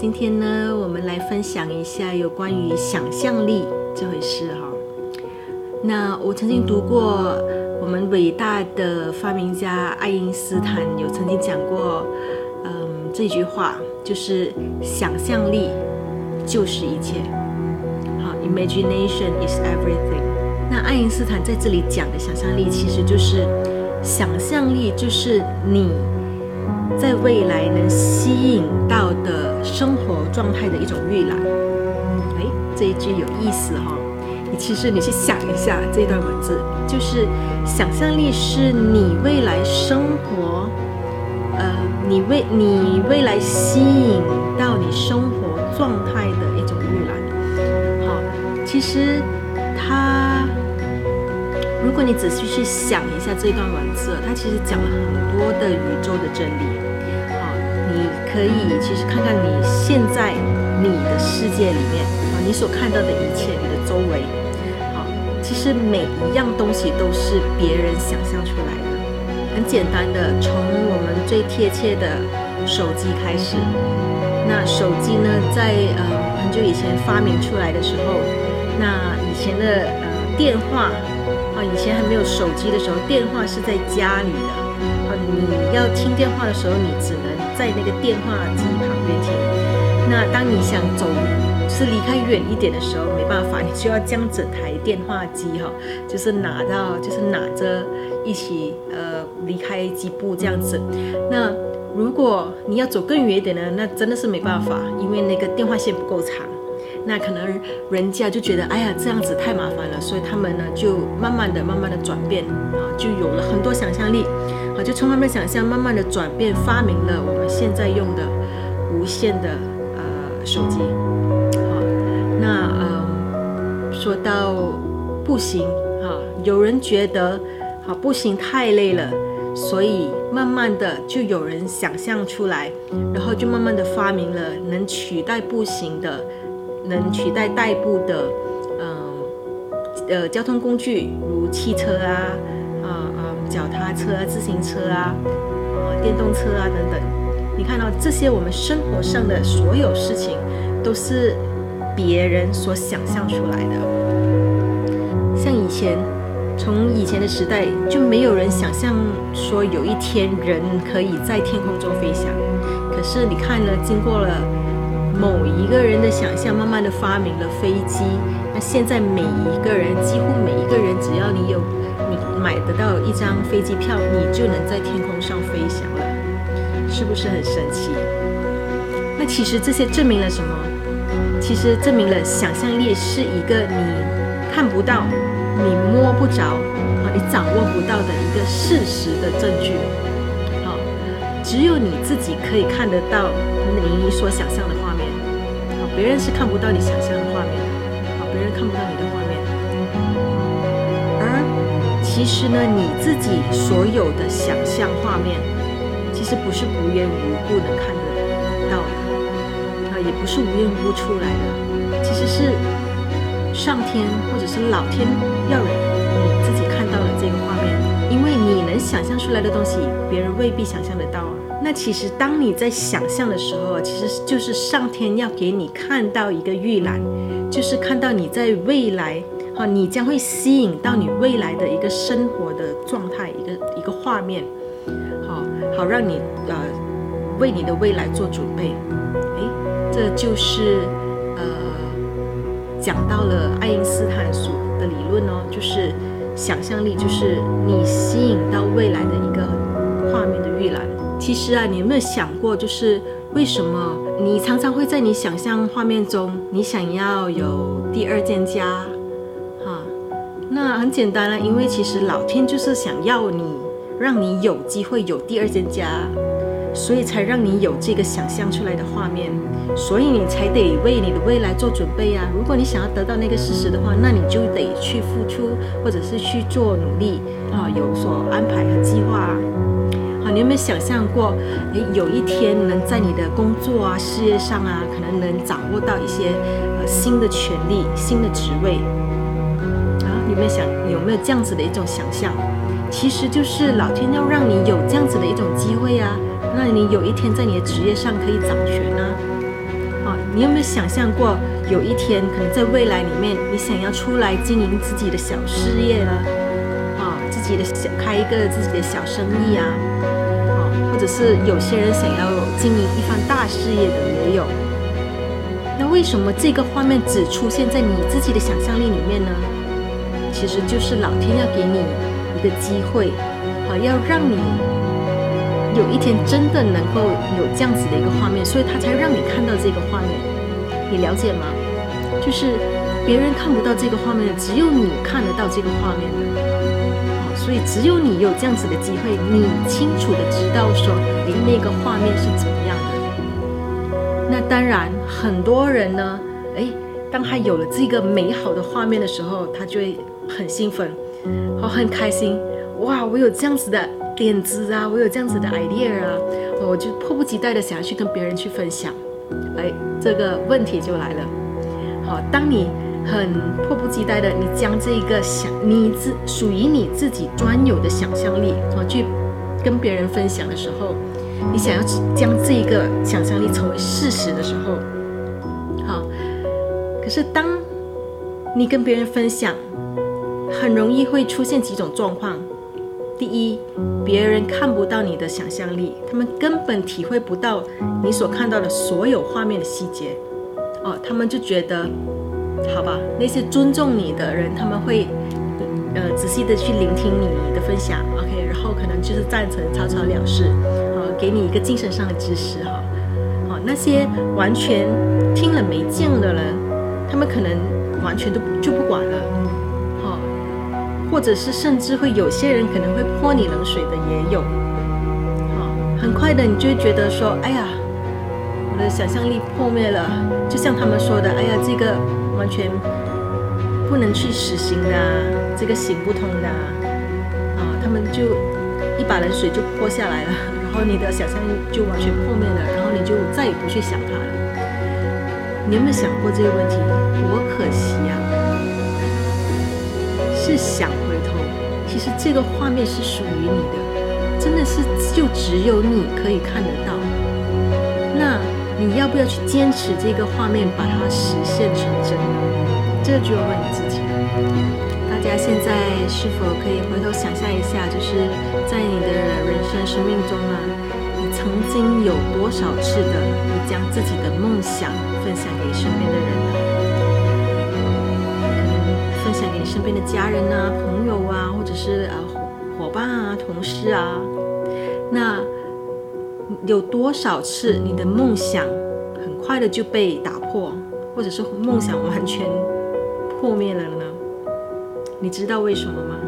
今天呢，我们来分享一下有关于想象力这回事哈。那我曾经读过我们伟大的发明家爱因斯坦有曾经讲过，这句话就是想象力就是一切。好 ，Imagination is everything。那爱因斯坦在这里讲的想象力，其实就是想象力就是你在未来能吸引到的生活状态的一种预览。这一句有意思哈。其实你去想一下这段文字，就是想象力是你未来生活，你未来吸引到你生活状态的一种预览。好，其实如果你仔细去想一下这段文字，它其实讲了很多的宇宙的真理。好，你可以其实看看你现在你的世界里面，你所看到的一切，你的周围。其实每一样东西都是别人想象出来的，很简单的，从我们最贴切的手机开始。那手机呢，在很久以前发明出来的时候，那以前的电话以前还没有手机的时候，电话是在家里的你要听电话的时候，你只能在那个电话机旁边听。那当你想走是离开远一点的时候，没办法，你就要将整台电话机就是拿着一起离开几步这样子。那如果你要走更远一点呢，那真的是没办法，因为那个电话线不够长。那可能人家就觉得这样子太麻烦了，所以他们呢就慢慢的转变就有了很多想象力就从他们的想象慢慢的转变，发明了我们现在用的无线的手机。那说到步行有人觉得步行太累了，所以慢慢的就有人想象出来，然后就慢慢的发明了能取代步行的，能取代代步的交通工具，如汽车脚踏车自行车电动车等等。你看到这些我们生活上的所有事情都是别人所想象出来的。像从以前的时代就没有人想象说有一天人可以在天空中飞翔，可是你看呢，经过了某一个人的想象，慢慢的发明了飞机。那现在几乎每一个人，只要你买得到一张飞机票，你就能在天空上飞翔了，是不是很神奇？那其实这些证明了什么？其实证明了想象力是一个你看不到、你摸不着你掌握不到的一个事实的证据。只有你自己可以看得到你所想象的画面，别人是看不到你想象的画面的，别人看不到你的画面。而其实呢，你自己所有的想象画面，其实不是无缘无故能看得到的，也不是无缘无故出来的，其实是上天或者是老天要你自己看到了这个画面，因为你能想象出来的东西，别人未必想象得到。那其实当你在想象的时候，其实就是上天要给你看到一个预览，就是看到你在未来你将会吸引到你未来的一个生活的状态，一个画面，好让你为你的未来做准备。这就是讲到了爱因斯坦所的理论就是想象力就是你吸引到未来的一个画面的预览。其实你有没有想过，就是为什么你常常会在你想象画面中，你想要有第二件家那很简单因为其实老天就是想要让你有机会有第二件家，所以才让你有这个想象出来的画面，所以你才得为你的未来做准备如果你想要得到那个事实的话，那你就得去付出，或者是去做努力有所安排和计划你有没有想象过有一天能在你的工作事业上可能能掌握到一些新的权利、新的职位你有没有这样子的一种想象？其实就是老天要让你有这样子的一种机会那你有一天在你的职业上可以掌权你有没有想象过，有一天可能在未来里面，你想要出来经营自己的小事业啊，开一个自己的小生意啊，或者是有些人想要经营一番大事业的也有。那为什么这个画面只出现在你自己的想象力里面呢？其实就是老天要给你一个机会，要让你有一天真的能够有这样子的一个画面，所以他才让你看到这个画面。你了解吗？就是别人看不到这个画面的，只有你看得到这个画面的。所以只有你有这样子的机会，你清楚的知道说，那个画面是怎么样的。那当然，很多人呢，当他有了这个美好的画面的时候，他就会很兴奋，很开心。哇，我有这样子的点子啊，我有这样子的 idea 啊，我就迫不及待的想要去跟别人去分享。这个问题就来了。当你很迫不及待的，你将这个属于你自己专有的想象力去跟别人分享的时候，你想要将这个想象力成为事实的时候，可是当你跟别人分享，很容易会出现几种状况。第一，别人看不到你的想象力，他们根本体会不到你所看到的所有画面的细节。他们就觉得好吧，那些尊重你的人，他们会仔细的去聆听你的分享 ，OK， 然后可能就是赞成，草草了事，给你一个精神上的支持那些完全听了没见的人，他们可能完全就不管了，或者是甚至会有些人可能会泼你冷水的也有，很快的你就会觉得说，哎呀，我的想象力破灭了，就像他们说的，哎呀，这个完全不能去实行的这个行不通的他们就一把冷水就泼下来了，然后你的想象力就完全破灭了，然后你就再也不去想它了。你有没有想过这个问题？多可惜啊！是想回头，其实这个画面是属于你的，真的是就只有你可以看得到。那你要不要去坚持这个画面，把它实现成真呢？这就要问你自己。大家现在是否可以回头想象一下，就是在你的人生命中你曾经有多少次的你将自己的梦想分享给身边的人呢？可能分享给你身边的家人朋友或者是伙伴同事那有多少次你的梦想很快的就被打破，或者是梦想完全破灭了呢？你知道为什么吗？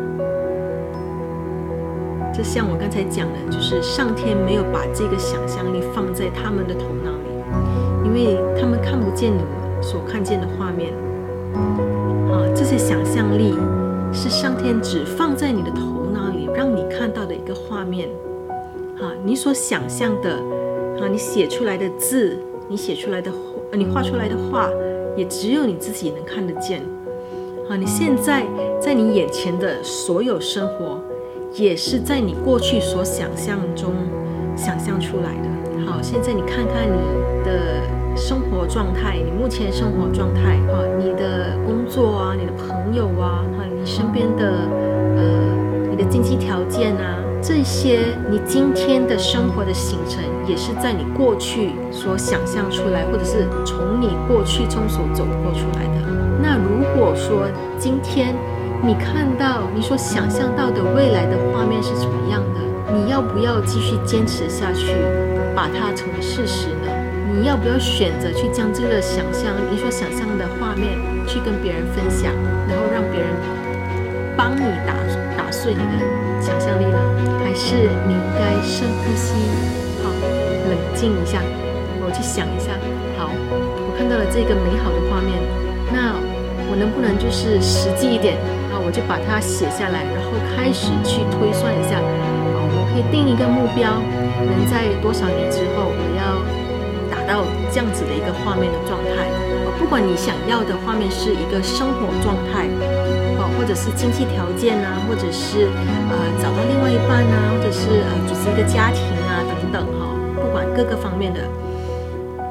就像我刚才讲的，就是上天没有把这个想象力放在他们的头脑里，因为他们看不见你所看见的画面这些想象力是上天只放在你的头脑里，让你看到的一个画面你所想象的你写出来的字，你画出来的画，也只有你自己能看得见你现在在你眼前的所有生活，也是在你过去所想象中想象出来的。现在你看看你的生活状态，你目前生活状态你的工作你的朋友你身边的你的经济条件这些你今天的生活的形成，也是在你过去所想象出来，或者是从你过去中所走过出来的。那如果说今天你看到你所想象到的未来的画面是怎么样的，你要不要继续坚持下去，把它成为事实呢？你要不要选择去将这个你所想象的画面去跟别人分享，然后让别人帮你打碎你的想象力呢？还是你应该深呼吸，冷静一下，我去想一下，我看到了这个美好的画面，那我能不能就是实际一点我就把它写下来，然后开始去推算一下我可以定一个目标，能在多少年之后我要达到这样子的一个画面的状态不管你想要的画面是一个生活状态或者是经济条件或者是找到另外一半或者是组织一个家庭等等不管各个方面的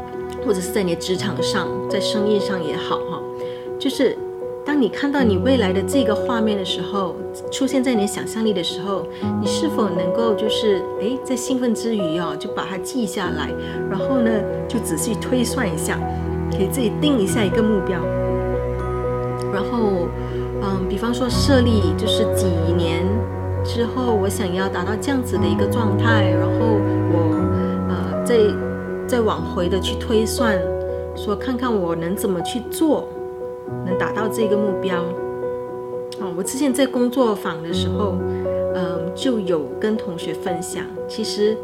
或者是在你的职场上，在生意上也好就是当你看到你未来的这个画面的时候，出现在你的想象力的时候，你是否能够就是在兴奋之余就把它记下来，然后呢就仔细推算一下，给自己定一下一个目标，然后比方说设立就是几年之后我想要达到这样子的一个状态，然后我再往回的去推算，说看看我能怎么去做能达到这个目标。我之前在工作坊的时候就有跟同学分享，其实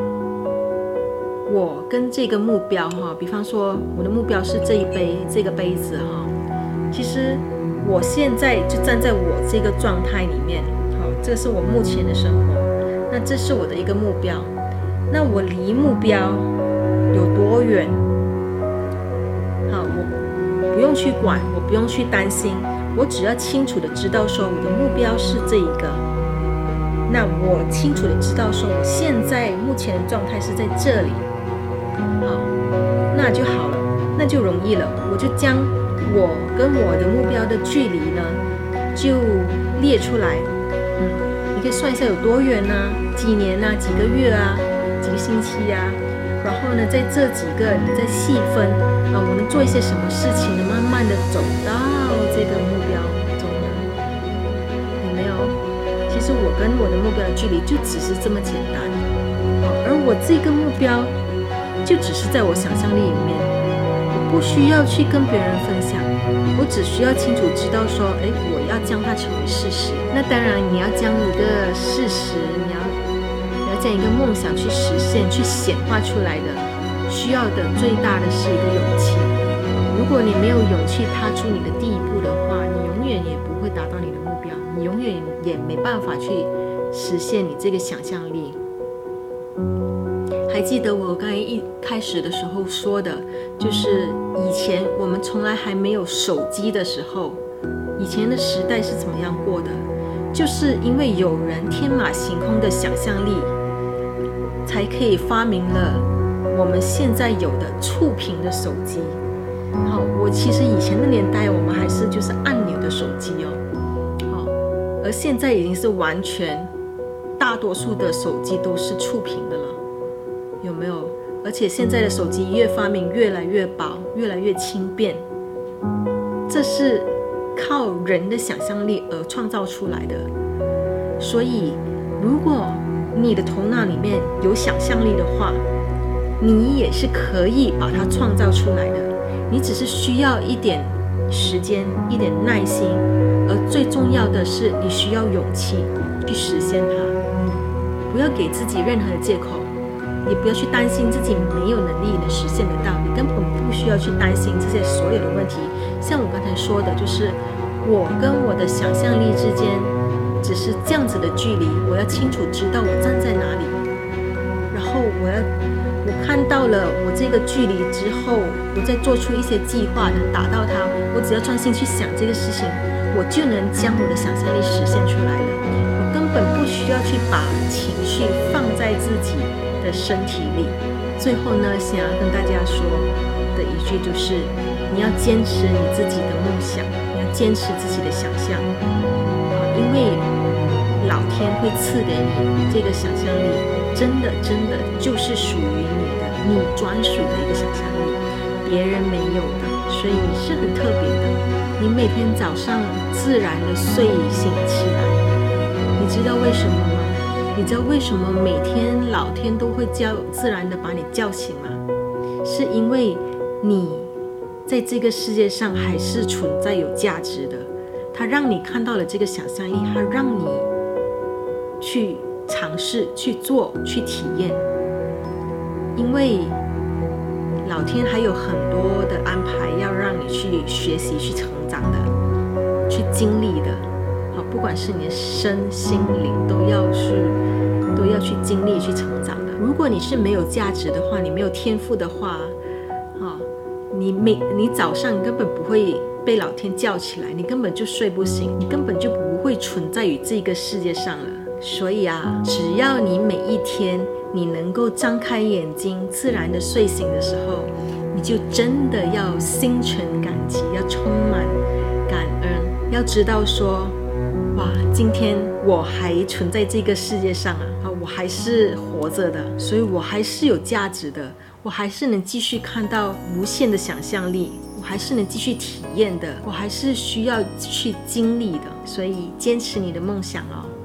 我跟这个目标比方说我的目标是这个杯子其实我现在就站在我这个状态里面，这是我目前的生活，那这是我的一个目标，那我离目标有多远？我不用去管，我不用去担心，我只要清楚的知道说我的目标是这一个，那我清楚的知道说我现在目前的状态是在这里，那就好了，那就容易了，我就将我跟我的目标的距离呢就列出来，你可以算一下有多远几年几个月几个星期然后呢在这几个你再细分我能做一些什么事情呢，慢慢的走到这个目标中呢，有没有？其实我跟我的目标的距离就只是这么简单，而我这个目标就只是在我想象力里面，我不需要去跟别人分享，我只需要清楚知道说我要将它成为事实。那当然你要将一个事实，你要将一个梦想去实现去显化出来的，需要的最大的是一个勇气。如果你没有勇气踏出你的第一步的话，你永远也不会达到你的目标，你永远也没办法去实现你这个想象力。还记得我刚才一开始的时候说的，就是以前我们从来还没有手机的时候，以前的时代是怎么样过的，就是因为有人天马行空的想象力，才可以发明了我们现在有的触屏的手机。我其实以前的年代我们还是就是按钮的手机而现在已经是完全大多数的手机都是触屏的了，有没有？而且现在的手机越发明越来越薄，越来越轻便，这是靠人的想象力而创造出来的。所以如果你的头脑里面有想象力的话，你也是可以把它创造出来的，你只是需要一点时间，一点耐心，而最重要的是你需要勇气去实现它。不要给自己任何的借口，也不要去担心自己没有能力能实现得到，你根本不需要去担心这些所有的问题。像我刚才说的，就是我跟我的想象力之间只是这样子的距离，我要清楚知道我站在哪里，然后我看到了我这个距离之后，我再做出一些计划能达到它，我只要专心去想这个事情，我就能将我的想象力实现出来了。我根本不需要去把情绪放在自己的身体里。最后呢，想要跟大家说的一句就是，你要坚持你自己的梦想，你要坚持自己的想象，因为老天会赐给你这个想象力，真的就是属于你的，你专属的一个想象力，别人没有的，所以你是很特别的。你每天早上自然的睡醒起来，你知道为什么吗？你知道为什么每天老天都会自然的把你叫醒吗？是因为你在这个世界上还是存在有价值的，它让你看到了这个想象力，它让你去尝试去做去体验，因为老天还有很多的安排要让你去学习去成长的，去经历的，不管是你的身心灵都要去经历去成长的。如果你是没有价值的话，你没有天赋的话，你早上根本不会被老天叫起来，你根本就睡不醒，你根本就不会存在于这个世界上了。所以只要你每一天你能够张开眼睛自然的睡醒的时候， 你就真的要心存感激，要充满感恩，要知道说，哇，今天我还存在这个世界上我还是活着的，所以我还是有价值的，我还是能继续看到无限的想象力，我还是能继续体验的，我还是需要去经历的。所以坚持你的梦想